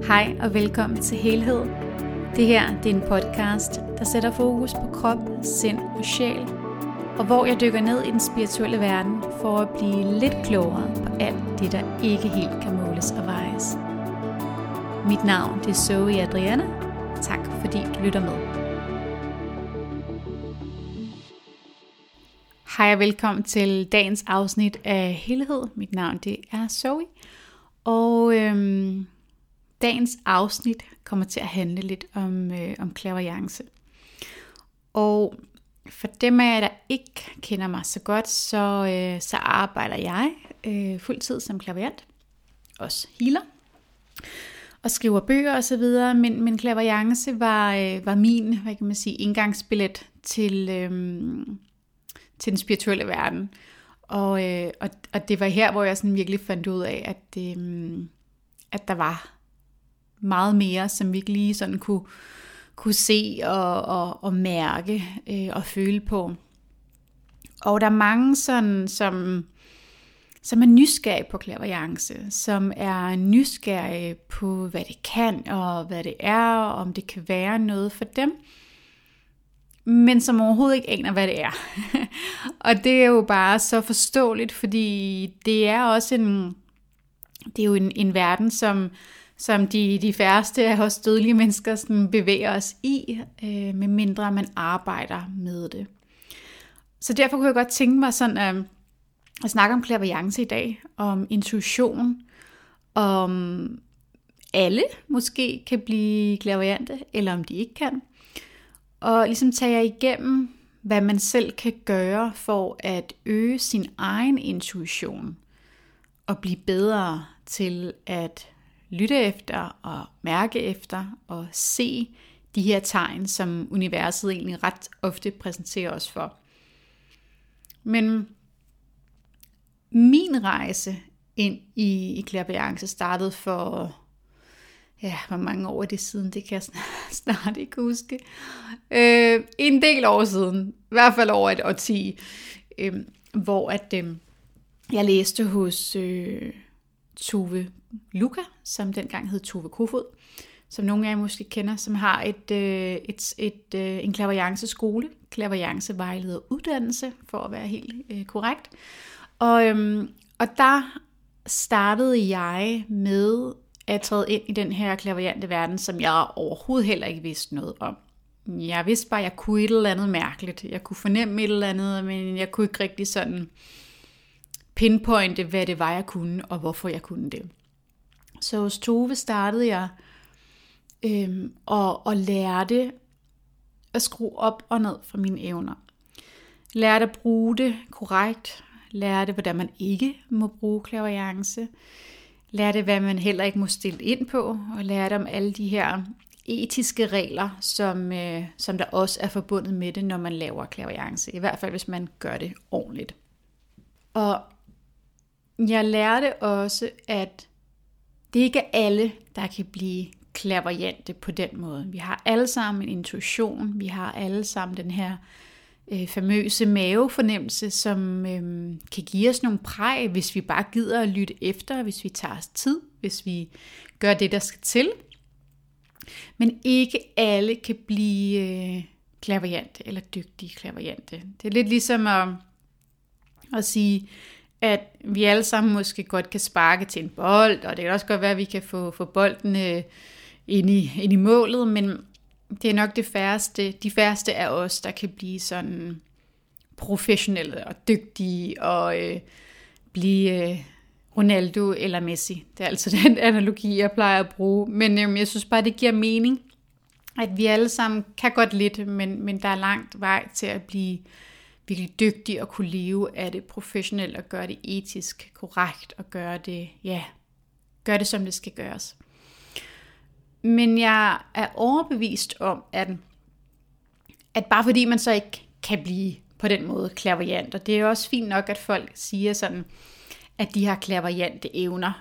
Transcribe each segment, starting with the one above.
Hej og velkommen til Helhed. Det her det er en podcast, der sætter fokus på krop, sind og sjæl, og hvor jeg dykker ned i den spirituelle verden for at blive lidt klogere på alt det, der ikke helt kan måles og vejes. Mit navn det er Zoe Adriana. Tak fordi du lytter med. Hej og velkommen til dagens afsnit af Helhed. Mit navn det er Zoe, og dagens afsnit kommer til at handle lidt om clairvoyance. Og for dem af jer, der ikke kender mig så godt, så arbejder jeg fuldtid som clairvoyant, også healer, og skriver bøger og så videre. Men clairvoyance var min, hvad kan man sige, indgangsbillet til den spirituelle verden. Og det var her, hvor jeg sådan virkelig fandt ud af, at der var meget mere, som vi ikke lige sådan kunne se og mærke og føle på. Og der er mange sådan, som er nysgerrige på clairvoyance, som er nysgerrige på, hvad det kan og hvad det er, og om det kan være noget for dem, men som overhovedet ikke aner, hvad det er. Og det er jo bare så forståeligt, fordi det er også en verden, som de færreste af os dødelige mennesker sådan bevæger os i, med mindre man arbejder med det. Så derfor kunne jeg godt tænke mig sådan at snakke om clairvoyance i dag, om intuition, om alle måske kan blive clairvoyante, eller om de ikke kan. Og ligesom tage jer igennem, hvad man selv kan gøre for at øge sin egen intuition, og blive bedre til at lytte efter og mærke efter og se de her tegn, som universet egentlig ret ofte præsenterer os for. Men min rejse ind i clairvoyance startede for, hvor mange år er det siden, det kan jeg snart ikke huske. En del år siden, i hvert fald over et årti, hvor jeg læste hos Tove Luca, som dengang hed Tove Kofod, som nogle af jer måske kender, som har en clairvoyance skole, clairvoyance vejleder uddannelse, for at være helt korrekt. Og der startede jeg med at træde ind i den her clairvoyante verden, som jeg overhovedet heller ikke vidste noget om. Jeg vidste bare, at jeg kunne et eller andet mærkeligt. Jeg kunne fornemme et eller andet, men jeg kunne ikke rigtig sådan pinpointe, hvad det var, jeg kunne, og hvorfor jeg kunne det. Så hos Tove startede jeg og lærte at skrue op og ned fra mine evner. Lærte at bruge det korrekt. Lærte, hvordan man ikke må bruge clairvoyance. Lærte, hvad man heller ikke må stille ind på. Og lærte om alle de her etiske regler, som der også er forbundet med det, når man laver clairvoyance. I hvert fald, hvis man gør det ordentligt. Og jeg lærte også, at det ikke er alle, der kan blive clairvoyante på den måde. Vi har alle sammen en intuition. Vi har alle sammen den her famøse mavefornemmelse, som kan give os nogle præg, hvis vi bare gider at lytte efter, hvis vi tager os tid, hvis vi gør det, der skal til. Men ikke alle kan blive clairvoyante eller dygtige clairvoyante. Det er lidt ligesom at sige, at vi alle sammen måske godt kan sparke til en bold, og det kan også godt være, at vi kan få bolden ind i målet, men det er nok de færreste af os, der kan blive sådan professionelle og dygtige og blive Ronaldo eller Messi. Det er altså den analogi, jeg plejer at bruge. Men jeg synes bare, det giver mening, at vi alle sammen kan godt lidt, men der er langt vej til at blive virkelig dygtig og kunne leve af det professionelt og gøre det etisk korrekt og gøre det som det skal gøres. Men jeg er overbevist om, at bare fordi man så ikke kan blive på den måde clairvoyant, og det er jo også fint nok, at folk siger sådan, at de har clairvoyante evner,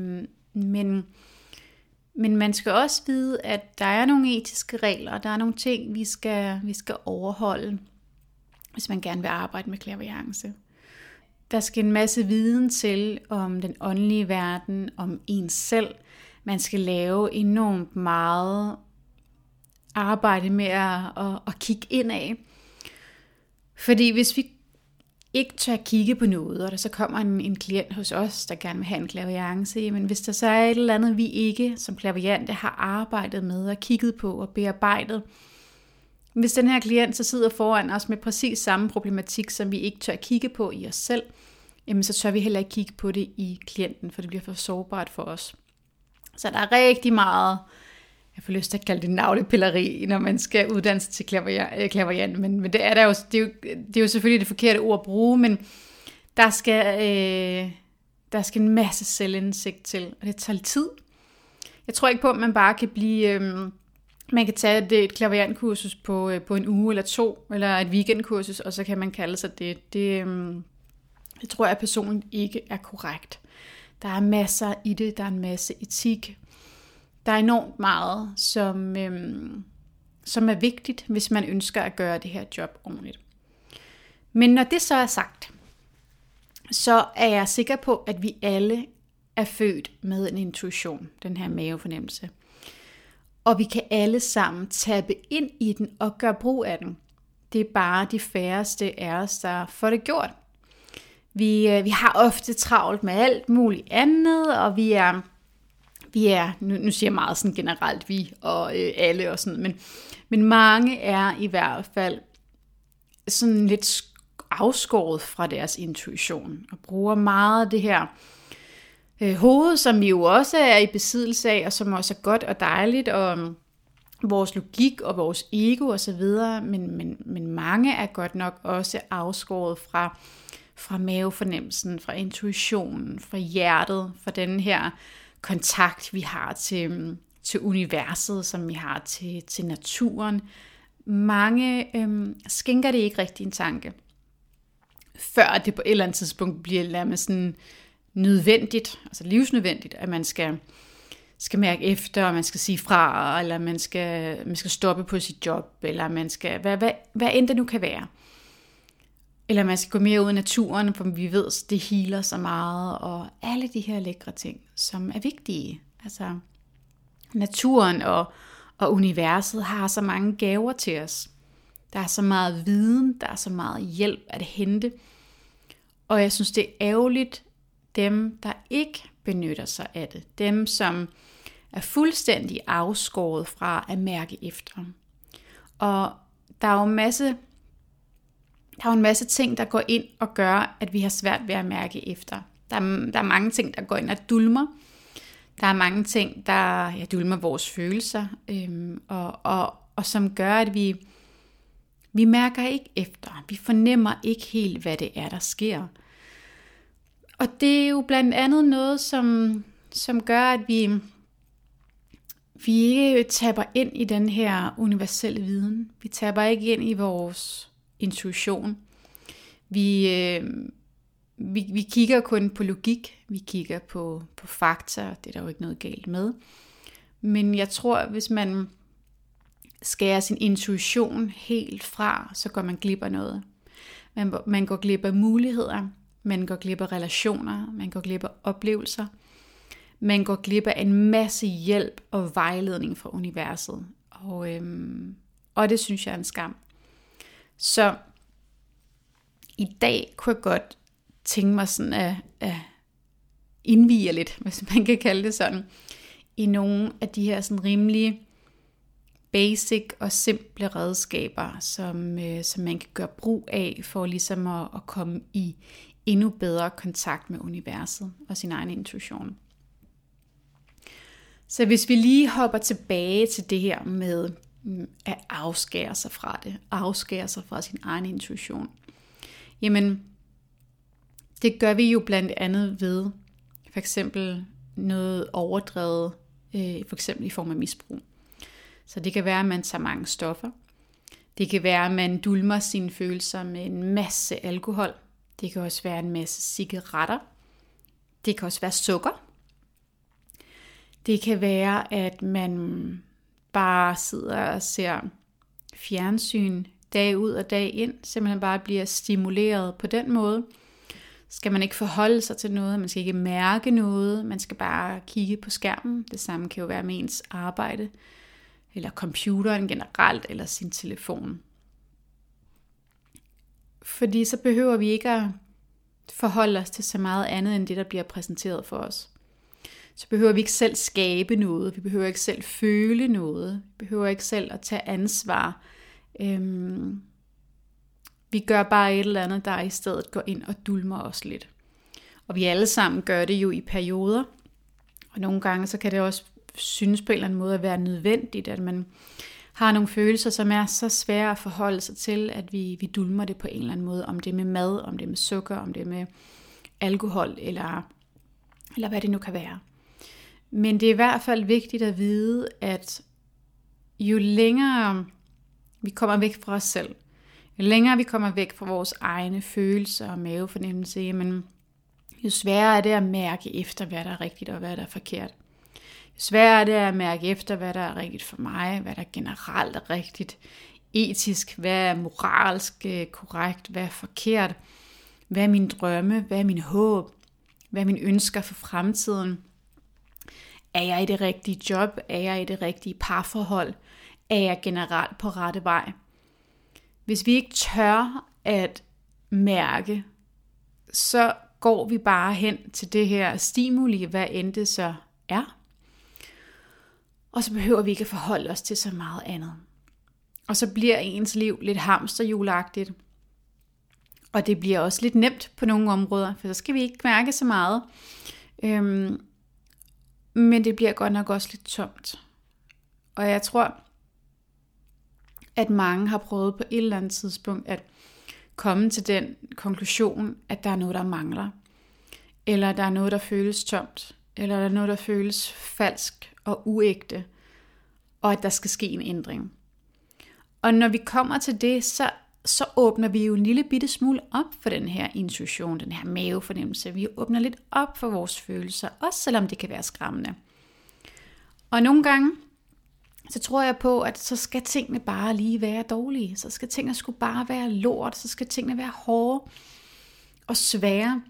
men man skal også vide, at der er nogle etiske regler, og der er nogle ting, vi skal overholde, hvis man gerne vil arbejde med clairvoyance. Der skal en masse viden til om den åndelige verden, om ens selv. man skal lave enormt meget arbejde med at kigge indad. Fordi hvis vi ikke tør kigge på noget, og der så kommer en klient hos os, der gerne vil have en clairvoyance, men hvis der så er et eller andet, vi ikke som clairvoyante har arbejdet med og kigget på og bearbejdet, hvis den her klient så sidder foran os med præcis samme problematik, som vi ikke tør kigge på i os selv, jamen så tør vi heller ikke kigge på det i klienten, for det bliver for sårbart for os. Så der er rigtig meget, jeg får lyst til at kalde det navlepilleri, når man skal uddanne sig til clairvoyant, men det er der jo, det er jo selvfølgelig det forkerte ord at bruge, men der skal en masse selvindsigt til, og det tager tid. Jeg tror ikke på, at man bare kan blive, man kan tage et clairvoyant-kursus på en uge eller 2, eller et weekendkursus, og så kan man kalde sig det. Det tror jeg personligt ikke er korrekt. Der er masser i det, der er en masse etik. Der er enormt meget, som er vigtigt, hvis man ønsker at gøre det her job ordentligt. Men når det så er sagt, så er jeg sikker på, at vi alle er født med en intuition, den her mavefornemmelse. Og vi kan alle sammen tappe ind i den og gøre brug af den. Det er bare de færreste af os, der får det gjort. Vi har ofte travlt med alt muligt andet, og vi er nu siger jeg meget sådan generelt vi og alle og sådan, men mange er i hvert fald sådan lidt afskåret fra deres intuition, og bruger meget det her hoved, som vi jo også er i besiddelse af, og som også er godt og dejligt, og vores logik og vores ego og så videre, men mange er godt nok også afskåret fra mavefornemmelsen, fra intuitionen, fra hjertet, fra den her kontakt, vi har til universet, som vi har til naturen. Mange skænker det ikke rigtig en tanke, før det på et eller andet tidspunkt bliver sådan nødvendigt, altså livsnødvendigt, at man skal mærke efter, og man skal sige fra, eller man skal stoppe på sit job, eller man skal, hvad end det nu kan være. Eller man skal gå mere ud i naturen, for vi ved, at det healer så meget, og alle de her lækre ting, som er vigtige. Altså, naturen og universet har så mange gaver til os. Der er så meget viden, der er så meget hjælp at hente. Og jeg synes, det er ærgerligt, dem, der ikke benytter sig af det. Dem, som er fuldstændig afskåret fra at mærke efter. Og der er jo en masse ting, der går ind og gør, at vi har svært ved at mærke efter. Der er mange ting, der går ind og dulmer. Der er mange ting, der dulmer vores følelser, og som gør, at vi mærker ikke efter. Vi fornemmer ikke helt, hvad det er, der sker. Og det er jo blandt andet noget, som gør, at vi ikke tapper ind i den her universelle viden. Vi tapper ikke ind i vores intuition. Vi kigger kun på logik, vi kigger på fakta, det er der jo ikke noget galt med. Men jeg tror, hvis man skærer sin intuition helt fra, så går man glip af noget. Man går glip af muligheder, man går glip af relationer, man går glip af oplevelser, man går glip af en masse hjælp og vejledning fra universet. Og det synes jeg er en skam. Så i dag kunne jeg godt tænke mig sådan at indvie lidt, hvis man kan kalde det sådan, i nogle af de her sådan rimelig basic og simple redskaber, som man kan gøre brug af for ligesom at komme i endnu bedre kontakt med universet og sin egen intuition. Så hvis vi lige hopper tilbage til det her med at afskære sig fra det, afskære sig fra sin egen intuition, jamen det gør vi jo blandt andet ved for eksempel noget overdrevet, for eksempel i form af misbrug. Så det kan være, at man tager mange stoffer. Det kan være, at man dulmer sine følelser med en masse alkohol. Det kan også være en masse cigaretter. Det kan også være sukker. Det kan være, at man bare sidder og ser fjernsyn dag ud og dag ind. Simpelthen bare bliver stimuleret på den måde. skal man ikke forholde sig til noget, man skal ikke mærke noget, man skal bare kigge på skærmen. Det samme kan jo være med ens arbejde, eller computeren generelt, eller sin telefon. Fordi så behøver vi ikke at forholde os til så meget andet, end det, der bliver præsenteret for os. Så behøver vi ikke selv skabe noget, vi behøver ikke selv føle noget, vi behøver ikke selv at tage ansvar. Vi gør bare et eller andet, der i stedet går ind og dulmer os lidt. Og vi alle sammen gør det jo i perioder. Og nogle gange så kan det også synes på en eller anden måde at være nødvendigt, at man har nogle følelser, som er så svære at forholde sig til, at vi dulmer det på en eller anden måde. Om det er med mad, om det er med sukker, om det er med alkohol, eller hvad det nu kan være. Men det er i hvert fald vigtigt at vide, at jo længere vi kommer væk fra os selv, jo længere vi kommer væk fra vores egne følelser og mavefornemmelse, jamen, jo sværere er det at mærke efter, hvad der er rigtigt og hvad der er forkert. Jo sværere er det at mærke efter, hvad der er rigtigt for mig, hvad der generelt er rigtigt, etisk, hvad er moralsk korrekt, hvad er forkert, hvad er mine drømme, hvad er min håb, hvad er mine ønsker for fremtiden. Er jeg i det rigtige job? Er jeg i det rigtige parforhold? Er jeg generelt på rette vej? Hvis vi ikke tør at mærke, så går vi bare hen til det her stimuli, hvad end det så er. Og så behøver vi ikke at forholde os til så meget andet. Og så bliver ens liv lidt hamsterhjulagtigt. Og det bliver også lidt nemt på nogle områder, for så skal vi ikke mærke så meget. Men det bliver godt nok også lidt tomt. Og jeg tror, at mange har prøvet på et eller andet tidspunkt at komme til den konklusion, at der er noget, der mangler. Eller der er noget, der føles tomt. Eller der er noget, der føles falsk og uægte. Og at der skal ske en ændring. Og når vi kommer til det, så åbner vi jo en lille bitte smule op for den her intuition, den her mavefornemmelse. Vi åbner lidt op for vores følelser, også selvom det kan være skræmmende. Og nogle gange, så tror jeg på, at så skal tingene bare lige være dårlige. Så skal tingene sgu bare være lort. Så skal tingene være hårde og svære.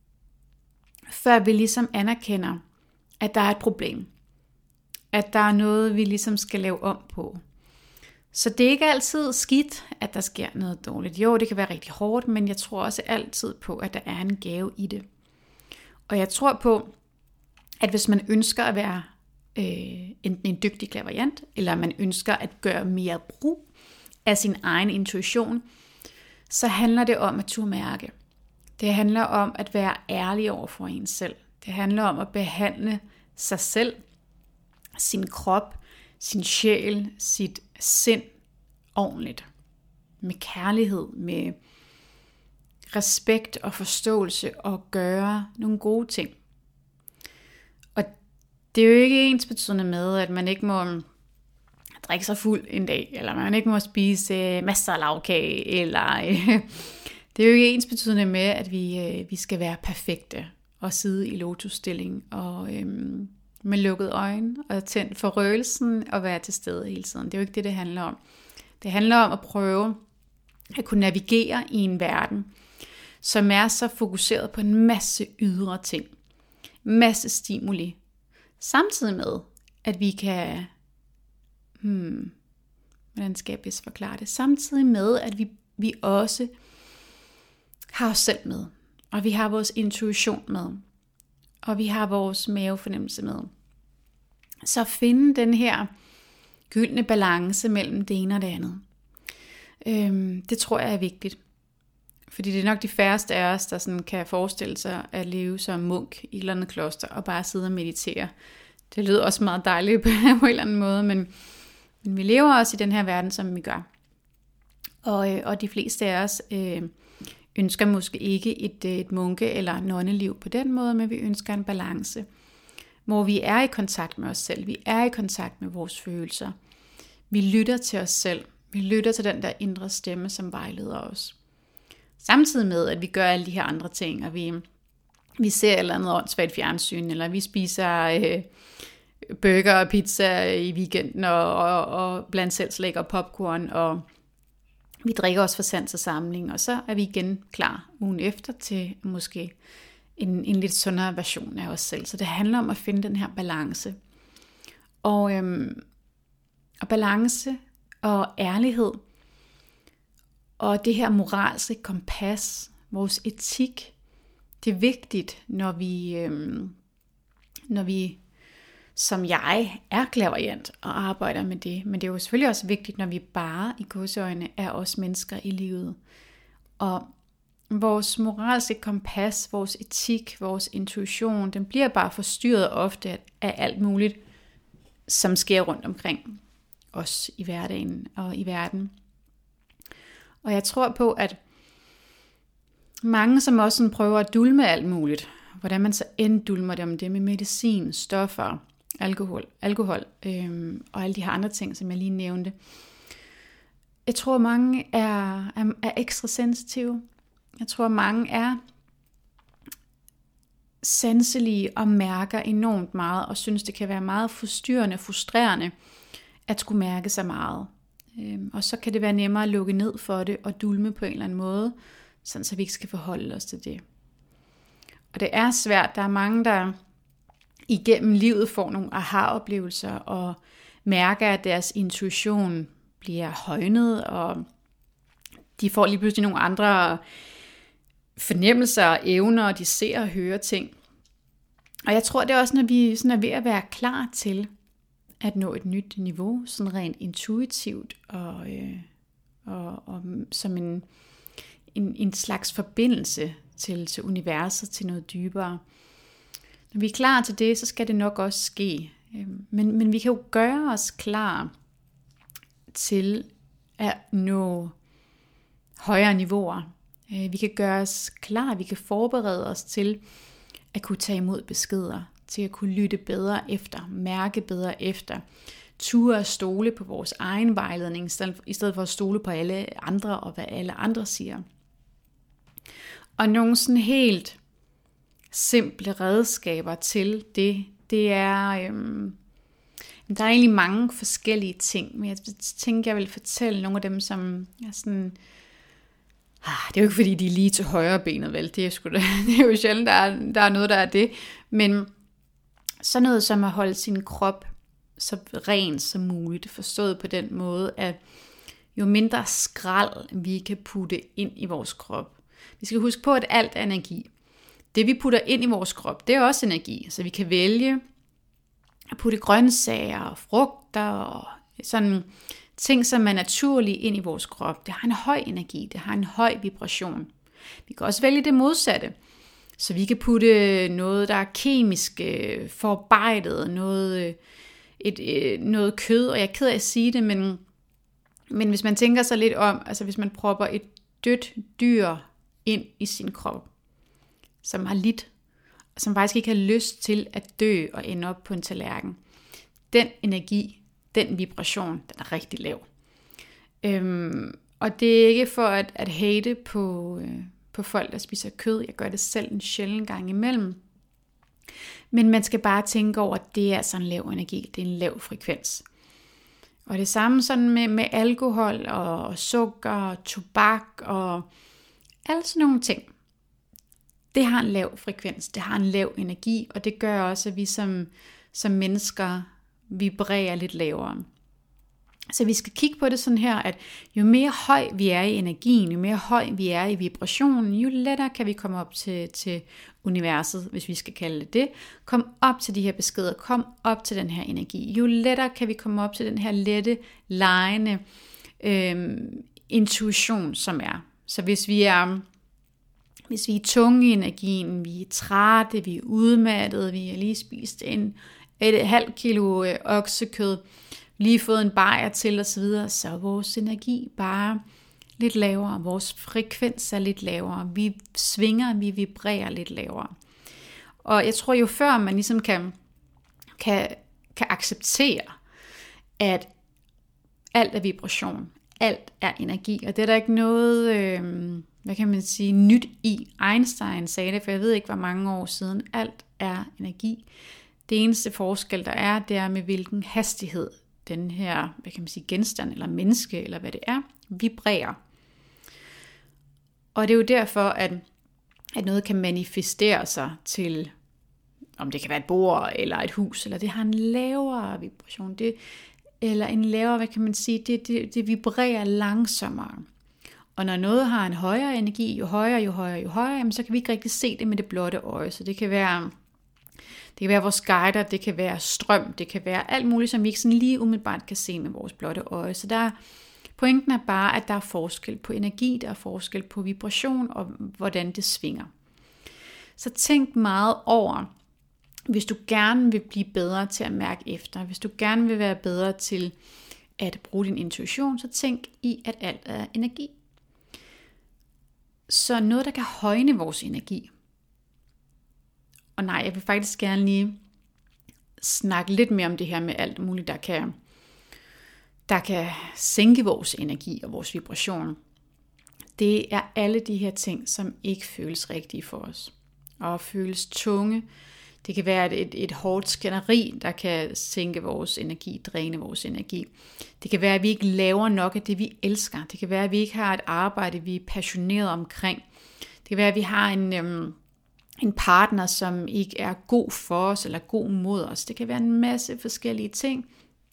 Før vi ligesom anerkender, at der er et problem. At der er noget, vi ligesom skal lave om på. Så det er ikke altid skidt, at der sker noget dårligt. Jo, det kan være rigtig hårdt, men jeg tror også altid på, at der er en gave i det. Og jeg tror på, at hvis man ønsker at være enten en dygtig clairvoyant, eller man ønsker at gøre mere brug af sin egen intuition, så handler det om at turde mærke. Det handler om at være ærlig over for en selv. Det handler om at behandle sig selv, sin krop, sin sjæl, sit sind ordentligt. Med kærlighed, med respekt og forståelse og gøre nogle gode ting. Og det er jo ikke ensbetydende med, at man ikke må drikke sig fuld en dag, eller man ikke må spise masser af lavkage, eller det er jo ikke ensbetydende med, at vi skal være perfekte og sidde i lotusstilling og med lukkede øjne og tændt for røgelsen og være til stede hele tiden. Det er jo ikke det, det handler om. Det handler om at prøve at kunne navigere i en verden, som er så fokuseret på en masse ydre ting. Masse stimuli. Samtidig med, at vi kan... hvordan skal jeg bedst forklare det? Samtidig med, at vi også har os selv med. Og vi har vores intuition med. Og vi har vores mavefornemmelse med. Så finde den her gyldne balance mellem det ene og det andet. Det tror jeg er vigtigt. Fordi det er nok de færreste af os, der sådan kan forestille sig at leve som munk i et eller andet kloster og bare sidde og meditere. Det lyder også meget dejligt på en eller anden måde, men vi lever også i den her verden, som vi gør. Og de fleste af os ønsker måske ikke et munke- eller nonneliv på den måde, men vi ønsker en balance, hvor vi er i kontakt med os selv, vi er i kontakt med vores følelser. Vi lytter til os selv, vi lytter til den der indre stemme, som vejleder os. Samtidig med, at vi gør alle de her andre ting, og vi ser et eller andet åndssvagt fjernsyn, eller vi spiser burger og pizza i weekenden, og blandt selv slik og popcorn, Vi drikker os fra sans og samling, og så er vi igen klar ugen efter til måske en lidt sundere version af os selv. Så det handler om at finde den her balance. Og balance og ærlighed, og det her moralske kompas, vores etik, det er vigtigt, når vi som jeg er clairvoyant og arbejder med det. Men det er jo selvfølgelig også vigtigt, når vi bare i gåseøjne er os mennesker i livet. Og vores moralske kompas, vores etik, vores intuition, den bliver bare forstyrret ofte af alt muligt, som sker rundt omkring os i hverdagen og i verden. Og jeg tror på, at mange, som også sådan prøver at dulme alt muligt, hvordan man så end dulmer det, om det med medicin, stoffer, alkohol og alle de her andre ting, som jeg lige nævnte. Jeg tror, mange er ekstra sensitive. Jeg tror, mange er sanselige og mærker enormt meget, og synes, det kan være meget forstyrrende og frustrerende at skulle mærke så meget. Og så kan det være nemmere at lukke ned for det og dulme på en eller anden måde, sådan så vi ikke skal forholde os til det. Og det er svært. Der er mange, der igennem livet får nogle aha-oplevelser og mærker, at deres intuition bliver højnet, og de får lige pludselig nogle andre fornemmelser og evner, og de ser og hører ting. Og jeg tror, det er også, når vi sådan er ved at være klar til at nå et nyt niveau, sådan rent intuitivt og som en slags forbindelse til universet, til noget dybere. Når vi er klar til det, så skal det nok også ske. Men vi kan jo gøre os klar til at nå højere niveauer. Vi kan gøre os klar, vi kan forberede os til at kunne tage imod beskeder, til at kunne lytte bedre efter, mærke bedre efter, ture at stole på vores egen vejledning, i stedet for at stole på alle andre og hvad alle andre siger. Og nogle sådan helt simple redskaber til det er, der er egentlig mange forskellige ting, men jeg tænker, jeg vil fortælle nogle af dem, som er sådan, det er jo ikke fordi, de er lige til højre benet, vel, det er jo sjældent, der er noget, der er det, men sådan noget som at holde sin krop så ren som muligt, forstået på den måde, at jo mindre skrald vi kan putte ind i vores krop. Vi skal huske på, at alt er energi. Det vi putter ind i vores krop, det er også energi, så vi kan vælge at putte grøntsager og frugter og sådan ting, som er naturlige ind i vores krop. Det har en høj energi, det har en høj vibration. Vi kan også vælge det modsatte. Så vi kan putte noget, der er kemisk forarbejdet, noget kød, og jeg er ked af at sige det, men hvis man tænker sig lidt om, altså hvis man propper et dødt dyr ind i sin krop, som har lidt, og som faktisk ikke har lyst til at dø og ende op på en tallerken, den energi, den vibration, den er rigtig lav. Og det er ikke for at hate på folk, der spiser kød. Jeg gør det selv en sjælden gang imellem. Men man skal bare tænke over, at det er sådan en lav energi. Det er en lav frekvens. Og det samme sådan med alkohol og sukker og tobak og alle sådan nogle ting. Det har en lav frekvens. Det har en lav energi. Og det gør også, at vi som mennesker vibrerer lidt lavere. Så vi skal kigge på det sådan her, at jo mere høj vi er i energien, jo mere høj vi er i vibrationen, jo lettere kan vi komme op til universet, hvis vi skal kalde det det. Kom op til de her beskeder, kom op til den her energi. Jo lettere kan vi komme op til den her lette, legende intuition, som er. Så hvis vi er tunge i energien, vi er trætte, vi er udmattede, vi har lige spist et halvt kilo oksekød, lige fået en bajer til osv., så er vores energi bare lidt lavere. Vores frekvens er lidt lavere. Vi svinger, vi vibrerer lidt lavere. Og jeg tror, jo før man ligesom kan acceptere, at alt er vibration, alt er energi, og det er der ikke noget, nyt i. Einstein sagde det, for jeg ved ikke, hvor mange år siden. Alt er energi. Det eneste forskel, der er, det er med hvilken hastighed den her, genstand eller menneske, eller hvad det er, vibrerer. Og det er jo derfor, at noget kan manifestere sig til, om det kan være et bord eller et hus, eller det har en lavere vibration, eller en lavere, hvad kan man sige, det vibrerer langsommere. Og når noget har en højere energi, jo højere, jamen, så kan vi ikke rigtig se det med det blotte øje. Så det kan være vores guider, det kan være strøm, det kan være alt muligt, som vi ikke sådan lige umiddelbart kan se med vores blotte øje. Så pointen er bare, at der er forskel på energi, der er forskel på vibration og hvordan det svinger. Så tænk meget over, hvis du gerne vil blive bedre til at mærke efter, hvis du gerne vil være bedre til at bruge din intuition, så tænk i, at alt er energi. Så noget, der kan højne vores energi. Og nej, jeg vil faktisk gerne lige snakke lidt mere om det her med alt muligt, der kan sænke vores energi og vores vibration. Det er alle de her ting, som ikke føles rigtige for os. Og føles tunge. Det kan være et hårdt skænderi, der kan sænke vores energi, dræne vores energi. Det kan være, at vi ikke laver nok af det, vi elsker. Det kan være, at vi ikke har et arbejde, vi er passioneret omkring. Det kan være, at vi har en partner, som ikke er god for os, eller god mod os. Det kan være en masse forskellige ting,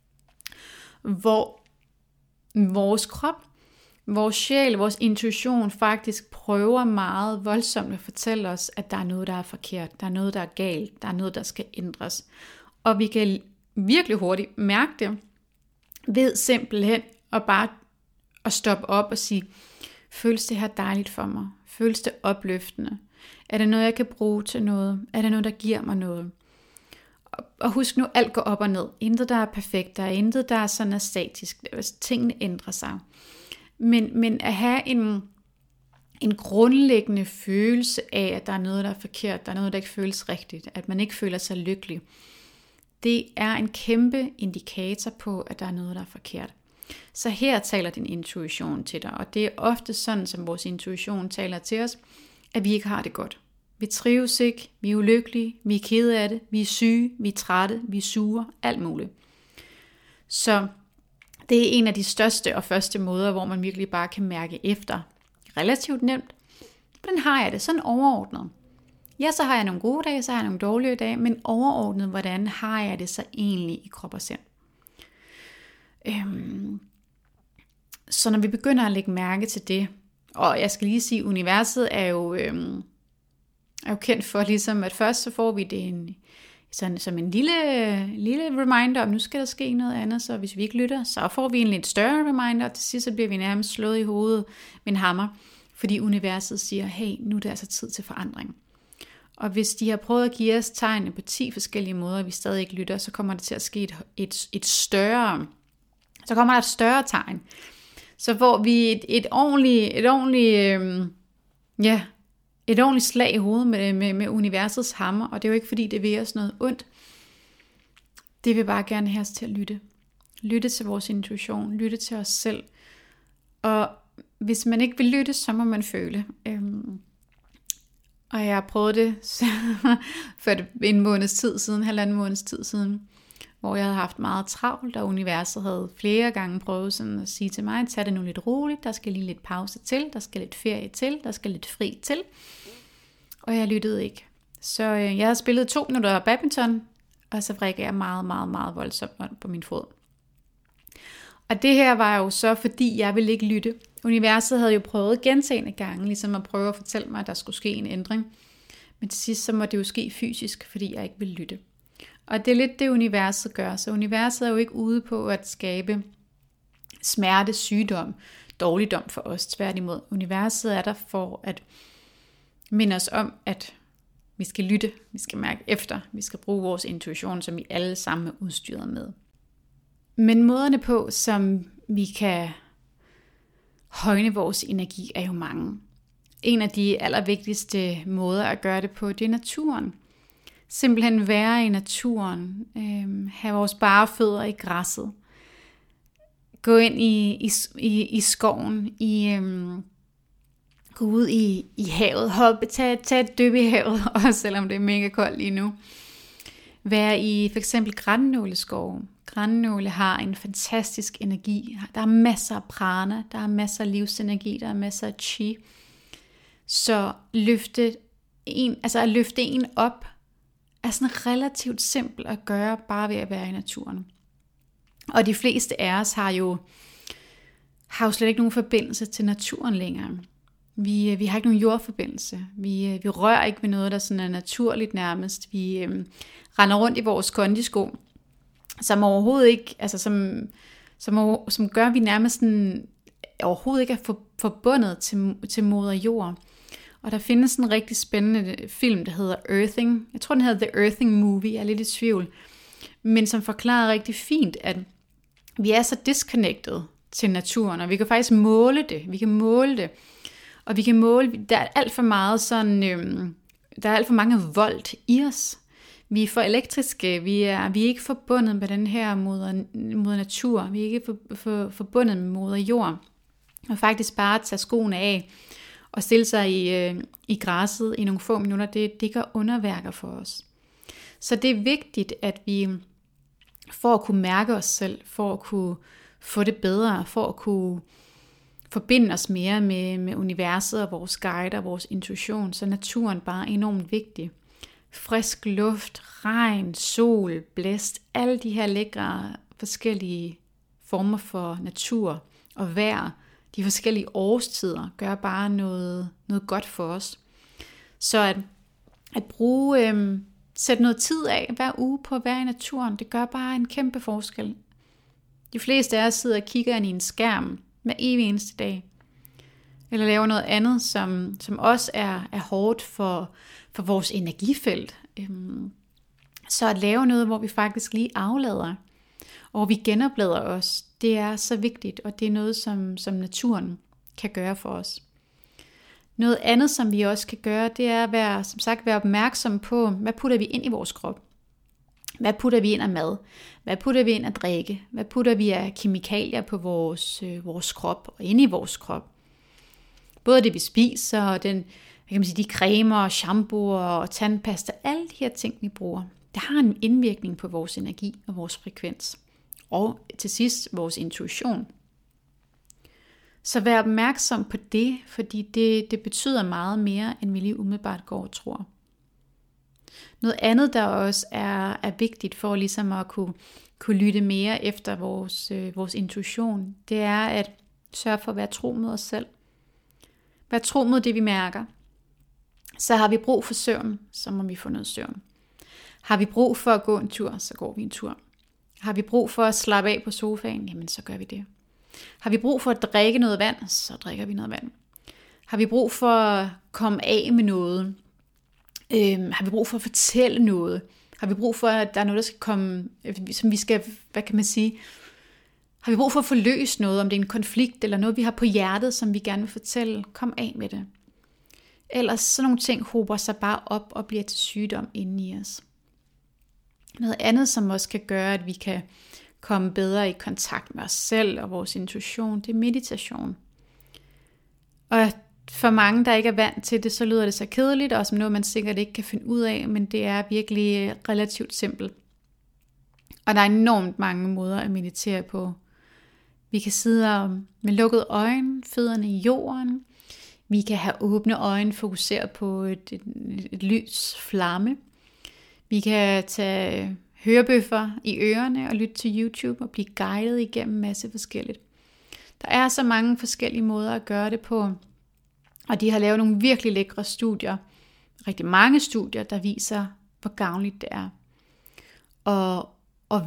hvor vores krop, vores sjæl, vores intuition faktisk prøver meget voldsomt at fortælle os, at der er noget, der er forkert, der er noget, der er galt, der er noget, der skal ændres. Og vi kan virkelig hurtigt mærke det, ved simpelthen at stoppe op og sige, føles det her dejligt for mig? Føles det opløftende? Er det noget, jeg kan bruge til noget? Er det noget, der giver mig noget? Og husk nu, alt går op og ned. Intet, der er perfekt. Der er intet, der er sådan er statisk. Tingene ændrer sig. Men at have en grundlæggende følelse af, at der er noget, der er forkert, der er noget, der ikke føles rigtigt, at man ikke føler sig lykkelig, det er en kæmpe indikator på, at der er noget, der er forkert. Så her taler din intuition til dig, og det er ofte sådan, som vores intuition taler til os, at vi ikke har det godt. Vi trives ikke, vi er ulykkelige, vi er kede af det, vi er syge, vi er trætte, vi er sure, alt muligt. Så det er en af de største og første måder, hvor man virkelig bare kan mærke efter. Relativt nemt. Hvordan har jeg det? Sådan overordnet. Ja, så har jeg nogle gode dage, så har jeg nogle dårlige dage, men overordnet, hvordan har jeg det så egentlig i krop og sind? Så når vi begynder at lægge mærke til det, og jeg skal lige sige, universet er jo kendt for ligesom, at først så får vi det sådan som en lille reminder om, nu skal der ske noget andet, så hvis vi ikke lytter, så får vi en lidt større reminder, og til sidst så bliver vi nærmest slået i hovedet med en hammer, fordi universet siger, hey, nu er det altså tid til forandring. Og hvis de har prøvet at give os tegne på 10 forskellige måder, og vi stadig ikke lytter, så kommer det til at ske et større tegn. Så får vi et ordentligt slag i hovedet med universets hammer, og det er jo ikke fordi, det vil os noget ondt. Det vil bare gerne have os til at lytte. Lytte til vores intuition, lytte til os selv. Og hvis man ikke vil lytte, så må man føle. Og jeg har prøvet det for en måneds tid siden, 1,5 måneds tid siden, hvor jeg havde haft meget travlt, og universet havde flere gange prøvet sådan at sige til mig, tag det nu lidt roligt, der skal lige lidt pause til, der skal lidt ferie til, der skal lidt fri til. Og jeg lyttede ikke. Så jeg havde spillet 2 minutter badminton, og så vrikkede jeg meget, meget, meget voldsomt på min fod. Og det her var jo så, fordi jeg ville ikke lytte. Universet havde jo prøvet gentagne gange, ligesom at prøve at fortælle mig, at der skulle ske en ændring. Men til sidst så må det jo ske fysisk, fordi jeg ikke vil lytte. Og det er lidt det, universet gør. Så universet er jo ikke ude på at skabe smerte, sygdom, dårligdom for os. Tværtimod, universet er der for at minde os om, at vi skal lytte, vi skal mærke efter, vi skal bruge vores intuition, som vi alle sammen er udstyret med. Men måderne på, som vi kan højne vores energi, er jo mange. En af de allervigtigste måder at gøre det på, det er naturen. Simpelthen være i naturen, have vores bare fødder i græsset, gå ind i skoven, gå ud i havet, hoppe, tage et dyb i havet, også selvom det er mega koldt lige nu. Være i for eksempel grannåleskov. Grannåle har en fantastisk energi. Der er masser af prana, der er masser af livsenergi, der er masser af chi. Så at løfte en op er sådan relativt simpelt at gøre, bare ved at være i naturen. Og de fleste af os har jo slet ikke nogen forbindelse til naturen længere. Vi har ikke nogen jordforbindelse. Vi rører ikke ved noget, der sådan er naturligt nærmest. Vi render rundt i vores kondisko, som overhovedet ikke, altså som gør, at vi nærmest sådan, overhovedet ikke er forbundet til moder jord. Og der findes en rigtig spændende film, der hedder Earthing. Jeg tror, den hedder The Earthing Movie. Jeg er lidt i tvivl. Men som forklarer rigtig fint, at vi er så disconnected til naturen, og vi kan faktisk måle det. Vi kan måle det. Og vi kan måle, der er alt for meget sådan, der er alt for mange volt i os. Vi er for elektriske, vi er ikke forbundet med den her moder natur, vi er ikke forbundet med moder jord. Og faktisk bare at tage skoene af og stille sig i græsset i nogle få minutter, det gør underværker for os. Så det er vigtigt, at vi for at kunne mærke os selv, for at kunne få det bedre, for at kunne forbinde os mere med universet og vores guider og vores intuition, så er naturen bare enormt vigtig. Frisk luft, regn, sol, blæst, alle de her lækre forskellige former for natur og vejr, de forskellige årstider, gør bare noget godt for os. Så at bruge, sætte noget tid af hver uge på at være i naturen, det gør bare en kæmpe forskel. De fleste af os sidder og kigger ind i en skærm hver evig eneste dag. Eller laver noget andet, som også er hårdt for vores energifelt. Så at lave noget, hvor vi faktisk lige aflader, og vi genoplader os, det er så vigtigt, og det er noget, som naturen kan gøre for os. Noget andet, som vi også kan gøre, det er at være opmærksom på, hvad putter vi ind i vores krop? Hvad putter vi ind af mad? Hvad putter vi ind af drikke? Hvad putter vi af kemikalier på vores krop og inde i vores krop? Både det vi spiser og de cremer, shampooer og tandpasta, alle de her ting vi bruger, det har en indvirkning på vores energi og vores frekvens. Og til sidst vores intuition. Så vær opmærksom på det, fordi det betyder meget mere, end vi lige umiddelbart går og tror. Noget andet, der også er vigtigt for ligesom at kunne lytte mere efter vores intuition, det er at sørge for at være tro mod os selv. Vær tro mod det, vi mærker. Så har vi brug for søvn, så må vi få noget søvn. Har vi brug for at gå en tur, så går vi en tur. Har vi brug for at slappe af på sofaen, jamen så gør vi det. Har vi brug for at drikke noget vand, så drikker vi noget vand. Har vi brug for at komme af med noget? Har vi brug for at fortælle noget? Har vi brug for, at der er noget, der skal komme, som vi skal, hvad kan man sige? Har vi brug for at få løst noget, om det er en konflikt, eller noget, vi har på hjertet, som vi gerne vil fortælle? Kom af med det. Ellers sådan nogle ting hober sig bare op og bliver til sygdom inde i os. Noget andet, som også kan gøre, at vi kan komme bedre i kontakt med os selv og vores intuition, det er meditation. Og for mange, der ikke er vant til det, så lyder det så kedeligt, og som noget, man sikkert ikke kan finde ud af, men det er virkelig relativt simpelt. Og der er enormt mange måder at meditere på. Vi kan sidde med lukkede øjne, fødderne i jorden. Vi kan have åbne øjne, fokuseret på et lys flamme. Vi kan tage hørebøffer i ørerne og lytte til YouTube og blive guidet igennem en masse forskelligt. Der er så mange forskellige måder at gøre det på. Og de har lavet nogle virkelig lækre studier, rigtig mange studier, der viser, hvor gavnligt det er. Og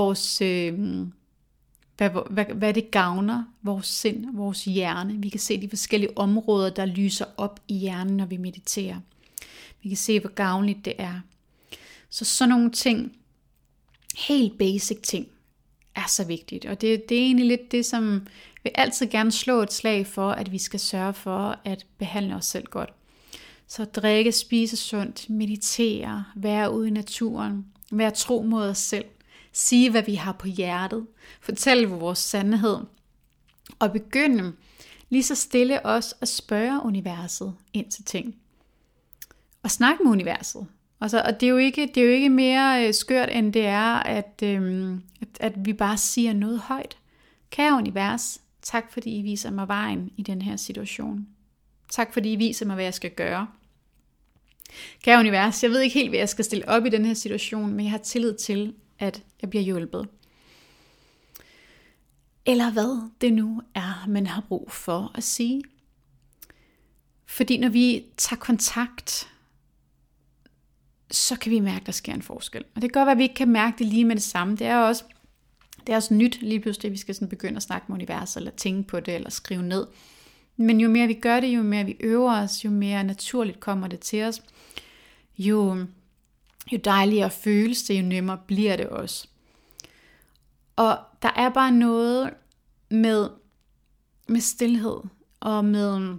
hvad det gavner vores sind, vores hjerne. Vi kan se de forskellige områder, der lyser op i hjernen, når vi mediterer. Vi kan se, hvor gavnligt det er. Så sådan nogle ting, helt basic ting, er så vigtigt. Og det er egentlig lidt det, som vi altid gerne slå et slag for, at vi skal sørge for at behandle os selv godt. Så drikke, spise sundt, meditere, være ude i naturen, være tro mod os selv, sige hvad vi har på hjertet, fortælle vores sandhed, og begynde lige så stille også at spørge universet ind til ting. Og snakke med universet. Og det er jo ikke mere skørt, end det er, at vi bare siger noget højt. Kære univers, tak fordi I viser mig vejen i den her situation. Tak fordi I viser mig, hvad jeg skal gøre. Kære univers, jeg ved ikke helt, hvad jeg skal stille op i den her situation, men jeg har tillid til, at jeg bliver hjulpet. Eller hvad det nu er, man har brug for at sige. Fordi når vi tager kontakt, så kan vi mærke, at der sker en forskel. Og det kan godt være, at vi ikke kan mærke det lige med det samme. Det er også nyt lige pludselig, at vi skal sådan begynde at snakke med universet, eller tænke på det, eller skrive ned. Men jo mere vi gør det, jo mere vi øver os, jo mere naturligt kommer det til os, jo dejligere føles det, jo nemmere bliver det også. Og der er bare noget med stilhed, og med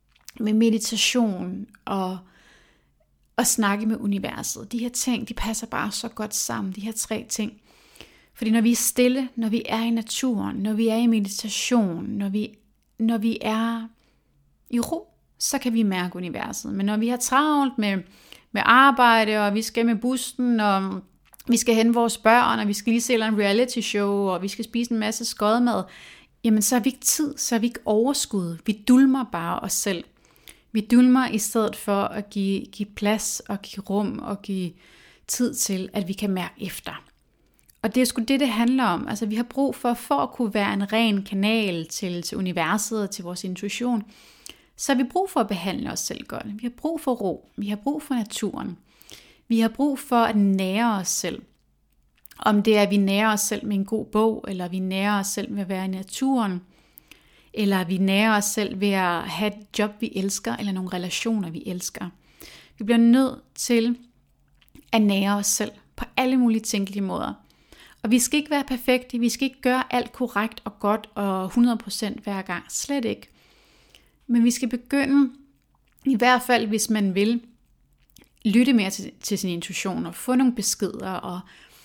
meditation, og snakke med universet. De her ting, de passer bare så godt sammen, de her 3 ting. Fordi når vi er stille, når vi er i naturen, når vi er i meditation, når vi er i ro, så kan vi mærke universet. Men når vi har travlt med arbejde, og vi skal med bussen, og vi skal hente vores børn, og vi skal lige se en reality show, og vi skal spise en masse skodmad, jamen så har vi ikke tid, så har vi ikke overskud. Vi dulmer bare os selv. Vi dulmer i stedet for at give plads og give rum og give tid til, at vi kan mærke efter. Og det er sgu det handler om. Altså vi har brug for at kunne være en ren kanal til universet og til vores intuition, så har vi brug for at behandle os selv godt. Vi har brug for ro. Vi har brug for naturen. Vi har brug for at nære os selv. Om det er, at vi nærer os selv med en god bog, eller vi nærer os selv med at være i naturen, eller vi nærer os selv ved at have et job, vi elsker, eller nogle relationer, vi elsker. Vi bliver nødt til at nære os selv på alle mulige tænkelige måder. Og vi skal ikke være perfekte, vi skal ikke gøre alt korrekt og godt og 100% hver gang, slet ikke. Men vi skal begynde, i hvert fald hvis man vil, lytte mere til sin intuition og få nogle beskeder og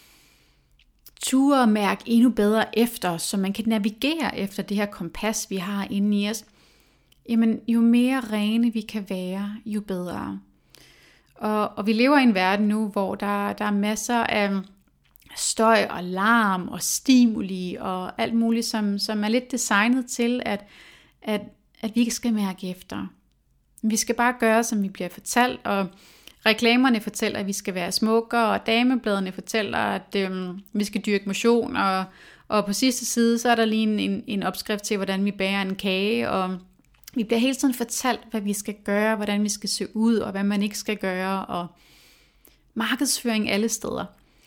ture og mærke endnu bedre efter, så man kan navigere efter det her kompas, vi har inde i os. Jamen, jo mere rene vi kan være, jo bedre. Og vi lever i en verden nu, hvor der er masser af støj og larm og stimuli og alt muligt, som er lidt designet til, at vi ikke skal mærke efter. Vi skal bare gøre, som vi bliver fortalt, og reklamerne fortæller, at vi skal være smukkere, og damebladene fortæller, at vi skal dyrke motion, og på sidste side, så er der lige en opskrift til, hvordan vi bager en kage, og vi bliver hele tiden fortalt, hvad vi skal gøre, hvordan vi skal se ud, og hvad man ikke skal gøre, og markedsføring alle steder.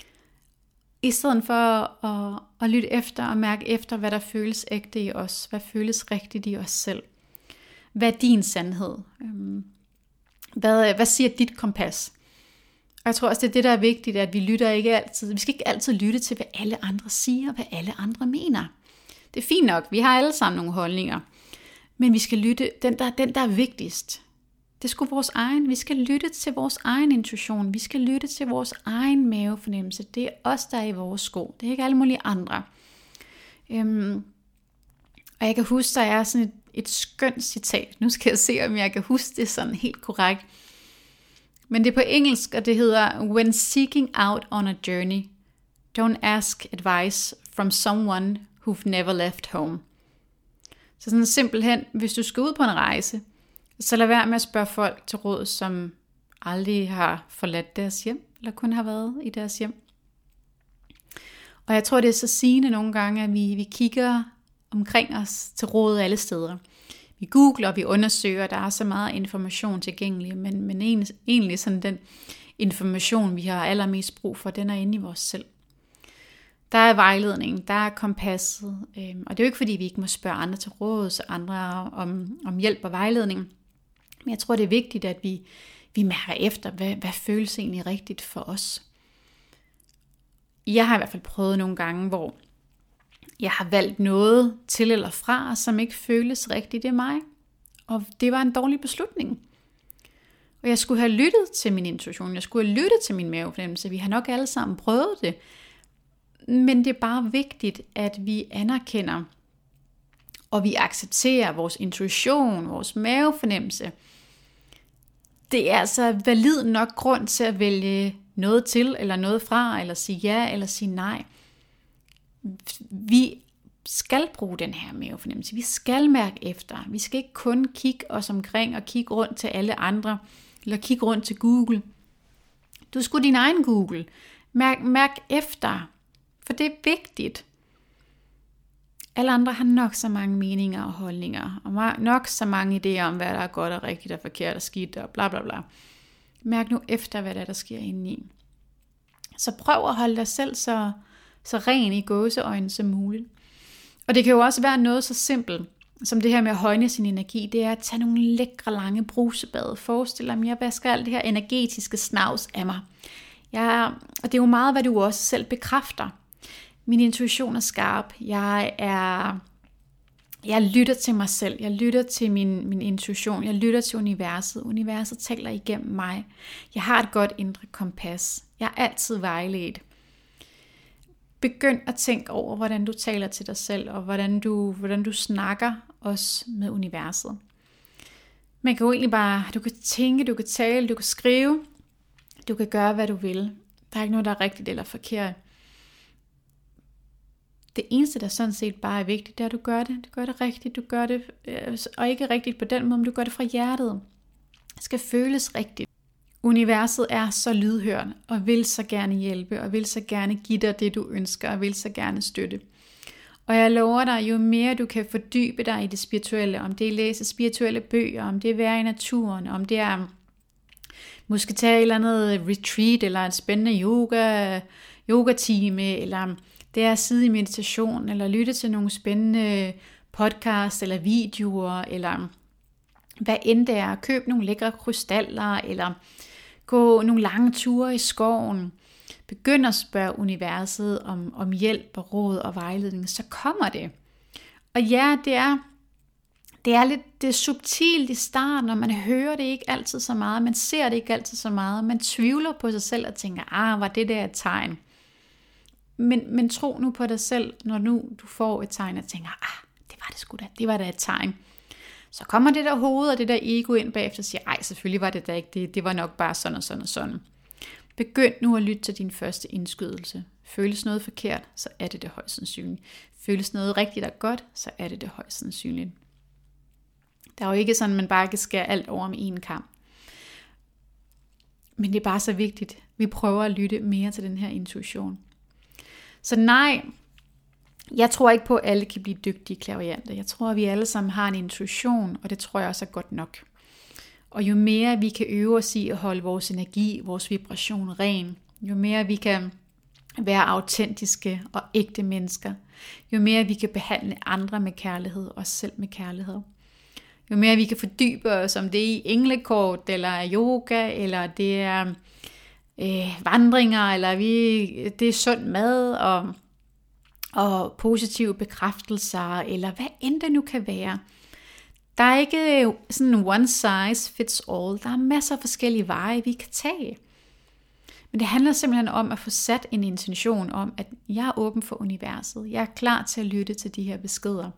I stedet for at lytte efter og mærke efter, hvad der føles ægte i os, hvad føles rigtigt i os selv. Hvad er din sandhed? Hvad siger dit kompas? Og jeg tror også, det er det, der er vigtigt, at vi lytter ikke altid. Vi skal ikke altid lytte til, hvad alle andre siger, hvad alle andre mener. Det er fint nok, vi har alle sammen nogle holdninger. Men vi skal lytte, den der er vigtigst. Det er sgu vores egen. Vi skal lytte til vores egen intuition. Vi skal lytte til vores egen mavefornemmelse. Det er os, der er i vores sko. Det er ikke alle mulige andre. Og jeg kan huske, der er sådan et skønt citat. Nu skal jeg se, om jeg kan huske det sådan helt korrekt. Men det er på engelsk, og det hedder: When seeking out on a journey, don't ask advice from someone who've never left home. Så sådan simpelthen, hvis du skal ud på en rejse, så lad være med at spørge folk til råd, som aldrig har forladt deres hjem, eller kun har været i deres hjem. Og jeg tror, det er så sigende nogle gange, at vi kigger omkring os til råd alle steder. Vi googler, vi undersøger, der er så meget information tilgængelig, men egentlig sådan den information, vi har allermest brug for, den er inde i vores selv. Der er vejledning, der er kompasset, og det er jo ikke fordi, vi ikke må spørge andre til råd, så andre om hjælp og vejledning. Men jeg tror, det er vigtigt, at vi mærker efter, hvad føles egentlig rigtigt for os. Jeg har i hvert fald prøvet nogle gange, hvor jeg har valgt noget til eller fra, som ikke føles rigtigt i mig. Og det var en dårlig beslutning. Og jeg skulle have lyttet til min intuition, jeg skulle have lyttet til min mavefornemmelse. Vi har nok alle sammen prøvet det. Men det er bare vigtigt, at vi anerkender, og vi accepterer vores intuition, vores mavefornemmelse. Det er altså valid nok grund til at vælge noget til, eller noget fra, eller sige ja, eller sige nej. Vi skal bruge den her mavefornemmelse. Vi skal mærke efter. Vi skal ikke kun kigge os omkring og kigge rundt til alle andre, eller kigge rundt til Google. Du er sgu din egen Google. Mærk efter, for det er vigtigt. Alle andre har nok så mange meninger og holdninger, og nok så mange idéer om, hvad der er godt og rigtigt og forkert og skidt og bla bla bla. Mærk nu efter, hvad der sker indeni. Så prøv at holde dig selv så ren i gåseøjne som muligt. Og det kan jo også være noget så simpelt, som det her med at højne sin energi. Det er at tage nogle lækre lange brusebade. Forestil dig, at jeg vasker alt det her energetiske snavs af mig. Og det er jo meget, hvad du også selv bekræfter. Min intuition er skarp. Jeg lytter til mig selv. Jeg lytter til min intuition. Jeg lytter til universet. Universet taler igennem mig. Jeg har et godt indre kompas. Jeg er altid vejledt. Begynd at tænke over, hvordan du taler til dig selv, og hvordan du snakker også med universet. Man kan jo egentlig bare, du kan tænke, du kan tale, du kan skrive, du kan gøre, hvad du vil. Der er ikke noget, der er rigtigt eller forkert. Det eneste, der sådan set bare er vigtigt, det er, at du gør det. Du gør det rigtigt, du gør det, og ikke rigtigt på den måde, men du gør det fra hjertet. Det skal føles rigtigt. Universet er så lydhørende, og vil så gerne hjælpe, og vil så gerne give dig det, du ønsker, og vil så gerne støtte. Og jeg lover dig, jo mere du kan fordybe dig i det spirituelle, om det er læse spirituelle bøger, om det er være i naturen, om det er måske tage et eller andet retreat, eller en spændende yoga-time, eller det er at sidde i meditation, eller lytte til nogle spændende podcasts, eller videoer, eller hvad end det er. Køb nogle lækre krystaller, eller gå nogle lange ture i skoven. Begynd at spørge universet om hjælp og råd og vejledning, så kommer det. Og ja, det er subtilt i starten, og man hører det ikke altid så meget, man ser det ikke altid så meget, man tvivler på sig selv og tænker, var det der et tegn? Men tro nu på dig selv, når nu du får et tegn og tænker, det var det sgu da, det var da et tegn. Så kommer det der hoved og det der ego ind bagefter og siger, selvfølgelig var det da ikke det var nok bare sådan og sådan og sådan. Begynd nu at lytte til din første indskydelse. Føles noget forkert, så er det højst sandsynligt. Føles noget rigtigt og godt, så er det højst sandsynligt. Der er jo ikke sådan, at man bare kan skære alt over med en kam. Men det er bare så vigtigt. Vi prøver at lytte mere til den her intuition. Så nej, jeg tror ikke på, at alle kan blive dygtige clairvoyante. Jeg tror, at vi alle sammen har en intuition, og det tror jeg også er godt nok. Og jo mere vi kan øve os i at holde vores energi, vores vibration ren, jo mere vi kan være autentiske og ægte mennesker, jo mere vi kan behandle andre med kærlighed, og os selv med kærlighed. Jo mere vi kan fordybe os, om det er i englekort, eller yoga, eller det er vandringer, eller det er sund mad, og positive bekræftelser, eller hvad end det nu kan være. Der er ikke sådan one size fits all. Der er masser af forskellige veje, vi kan tage. Men det handler simpelthen om at få sat en intention om, at jeg er åben for universet. Jeg er klar til at lytte til de her beskeder.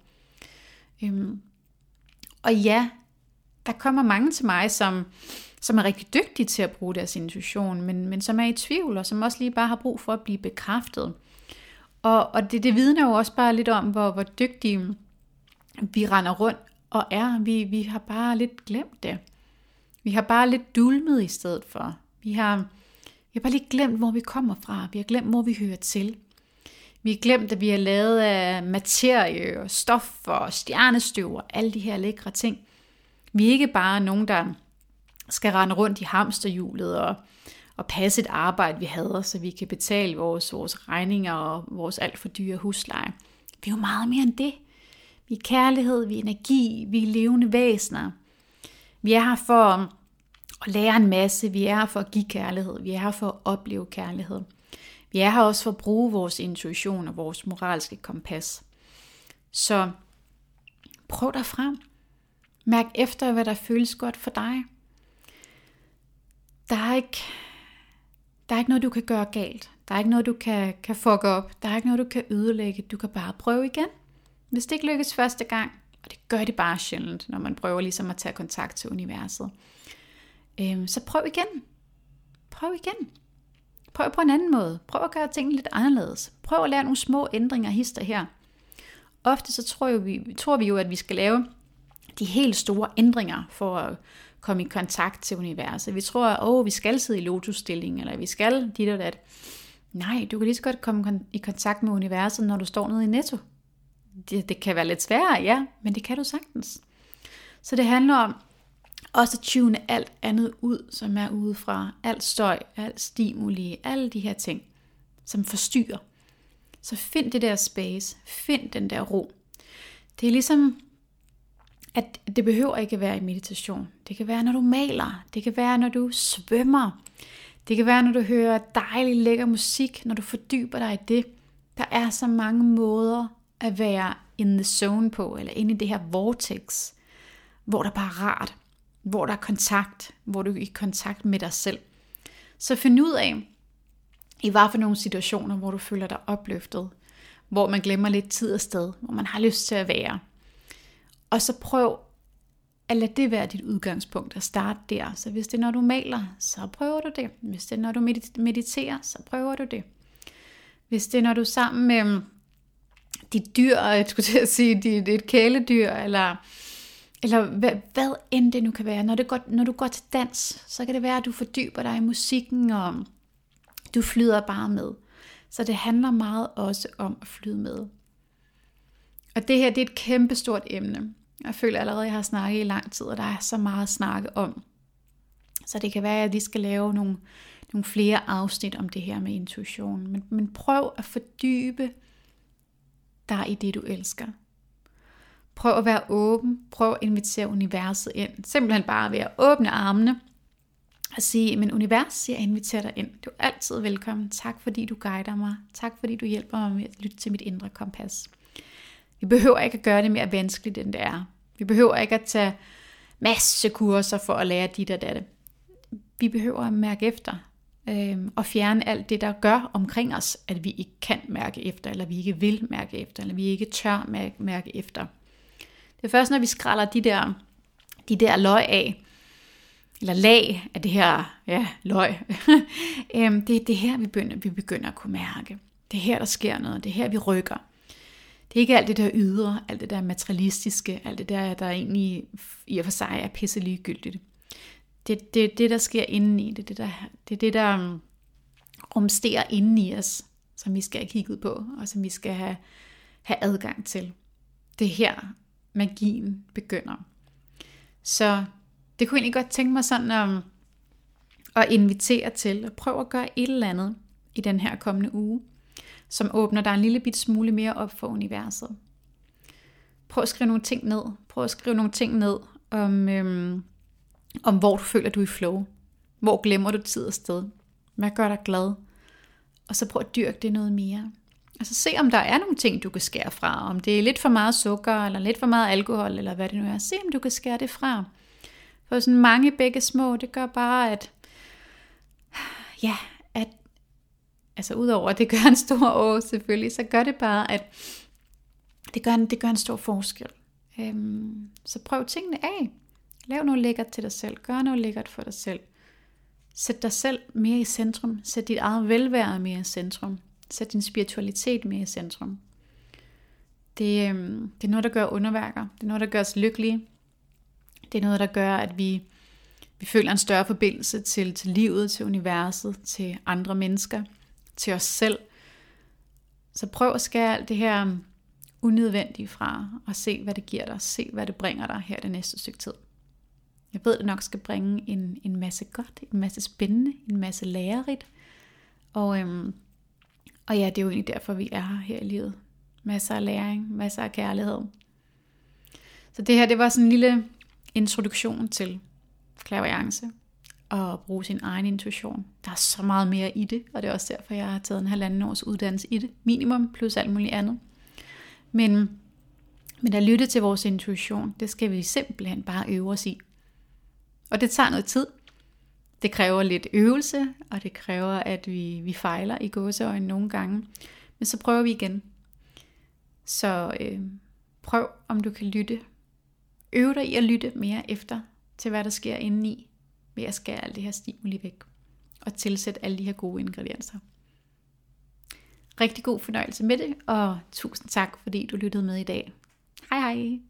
Og ja, der kommer mange til mig, som er rigtig dygtige til at bruge deres intuition, men som er i tvivl, og som også lige bare har brug for at blive bekræftet. Og det vidner jo også bare lidt om, hvor dygtige vi render rundt og er. Vi har bare lidt glemt det. Vi har bare lidt dulmet i stedet for. Vi har bare lidt glemt, hvor vi kommer fra. Vi har glemt, hvor vi hører til. Vi har glemt, at vi er lavet af materie og stof og stjernestøv og alle de her lækre ting. Vi er ikke bare nogen, der skal rende rundt i hamsterhjulet og passe et arbejde, vi hader, så vi kan betale vores regninger og vores alt for dyre husleje. Vi er jo meget mere end det. Vi er kærlighed, vi er energi, vi er levende væsener. Vi er her for at lære en masse, vi er her for at give kærlighed, vi er her for at opleve kærlighed. Vi er her også for at bruge vores intuition og vores moralske kompas. Så prøv dig frem. Mærk efter, hvad der føles godt for dig. Der er ikke noget, du kan gøre galt. Der er ikke noget, du kan fucke op. Der er ikke noget, du kan ødelægge. Du kan bare prøve igen. Hvis det ikke lykkes første gang, og det gør det bare sjældent, når man prøver ligesom at tage kontakt til universet, så prøv igen. Prøv igen. Prøv på en anden måde. Prøv at gøre tingene lidt anderledes. Prøv at lave nogle små ændringer hister her. Ofte så tror vi jo, at vi skal lave de helt store ændringer for at komme i kontakt til universet. Vi tror, at vi skal sidde i lotusstilling, eller vi skal dit og dat. Nej, du kan lige så godt komme i kontakt med universet, når du står nede i Netto. Det kan være lidt sværere, ja, men det kan du sagtens. Så det handler om også at tune alt andet ud, som er udefra. Alt støj, alt stimuli, alle de her ting, som forstyrrer. Så find det der space, find den der ro. Det er ligesom, at det behøver ikke være i meditation. Det kan være, når du maler. Det kan være, når du svømmer. Det kan være, når du hører dejlig lækker musik, når du fordyber dig i det. Der er så mange måder at være in the zone på, eller inde i det her vortex, hvor der bare er rart, hvor der er kontakt, hvor du er i kontakt med dig selv. Så find ud af, i hvad for nogle situationer, hvor du føler dig opløftet, hvor man glemmer lidt tid og sted, hvor man har lyst til at være. Og så prøv at lade det være dit udgangspunkt og starte der. Så hvis det er, når du maler, så prøver du det. Hvis det er, når du mediterer, så prøver du det. Hvis det er, når du er sammen med dit dyr, jeg skulle til at sige, dit kæledyr, eller hvad end det nu kan være. Når du går til dans, så kan det være, at du fordyber dig i musikken, og du flyder bare med. Så det handler meget også om at flyde med. Og det her, det er et kæmpestort emne. Jeg føler allerede, at jeg har snakket i lang tid, og der er så meget at snakke om. Så det kan være, at vi skal lave nogle flere afsnit om det her med intuition. Men prøv at fordybe dig i det, du elsker. Prøv at være åben. Prøv at invitere universet ind. Simpelthen bare ved at åbne armene og sige, men univers, jeg inviterer dig ind. Du er altid velkommen. Tak fordi du guider mig. Tak fordi du hjælper mig med at lytte til mit indre kompas. Vi behøver ikke at gøre det mere vanskeligt, end det er. Vi behøver ikke at tage masse kurser for at lære dit og datte. Vi behøver at mærke efter og fjerne alt det, der gør omkring os, at vi ikke kan mærke efter, eller vi ikke vil mærke efter, eller vi ikke tør mærke efter. Det er først, når vi skræller de der løg af, eller lag af det her løg. Det er det her, vi begynder at kunne mærke. Det er her, der sker noget. Det er her, vi rykker. Det er ikke alt det der ydre, alt det der materialistiske, alt det der egentlig i og for sig er pisse ligegyldigt. Det er det, der sker indeni. Det er det, der rumsterer indeni os, som vi skal have kigget på, og som vi skal have adgang til. Det er her, magien begynder. Så det kunne egentlig godt tænke mig sådan at invitere til, at prøve at gøre et eller andet i den her kommende uge, som åbner dig en lille bit smule mere op for universet. Prøv at skrive nogle ting ned. Prøv at skrive nogle ting ned om hvor du føler, du er i flow. Hvor glemmer du tid og sted. Hvad gør dig glad? Og så prøv at dyrke det noget mere. Og så se, om der er nogle ting, du kan skære fra. Om det er lidt for meget sukker, eller lidt for meget alkohol, eller hvad det nu er. Se, om du kan skære det fra. For sådan mange begge små, det gør bare, at altså udover at det gør en stor selvfølgelig, så gør det bare, at det gør en stor forskel. Så prøv tingene af. Lav noget lækkert til dig selv. Gør noget lækkert for dig selv. Sæt dig selv mere i centrum. Sæt dit eget velvære mere i centrum. Sæt din spiritualitet mere i centrum. Det er noget, der gør underværker. Det er noget, der gør os lykkelige. Det er noget, der gør, at vi føler en større forbindelse til livet, til universet, til andre mennesker, til os selv. Så prøv at skære alt det her unødvendige fra, og se, hvad det giver dig. Se, hvad det bringer dig her det næste stykke tid. Jeg ved, det nok skal bringe en masse godt, en masse spændende, en masse lærerigt. Og ja, det er jo egentlig derfor, vi er her i livet. Masser af læring, masser af kærlighed. Så det her, det var sådan en lille introduktion til clairvoyance og bruge sin egen intuition. Der er så meget mere i det, og det er også derfor, jeg har taget en 1,5 års uddannelse i det, minimum, plus alt muligt andet. Men at lytte til vores intuition, det skal vi simpelthen bare øve os i. Og det tager noget tid. Det kræver lidt øvelse, og det kræver, at vi fejler i gåseøjne nogle gange. Men så prøver vi igen. Så prøv, om du kan lytte. Øv dig i at lytte mere efter til, hvad der sker indeni, ved at skære alt det her stimuli væk. Og tilsætte alle de her gode ingredienser. Rigtig god fornøjelse med det, og tusind tak, fordi du lyttede med i dag. Hej hej!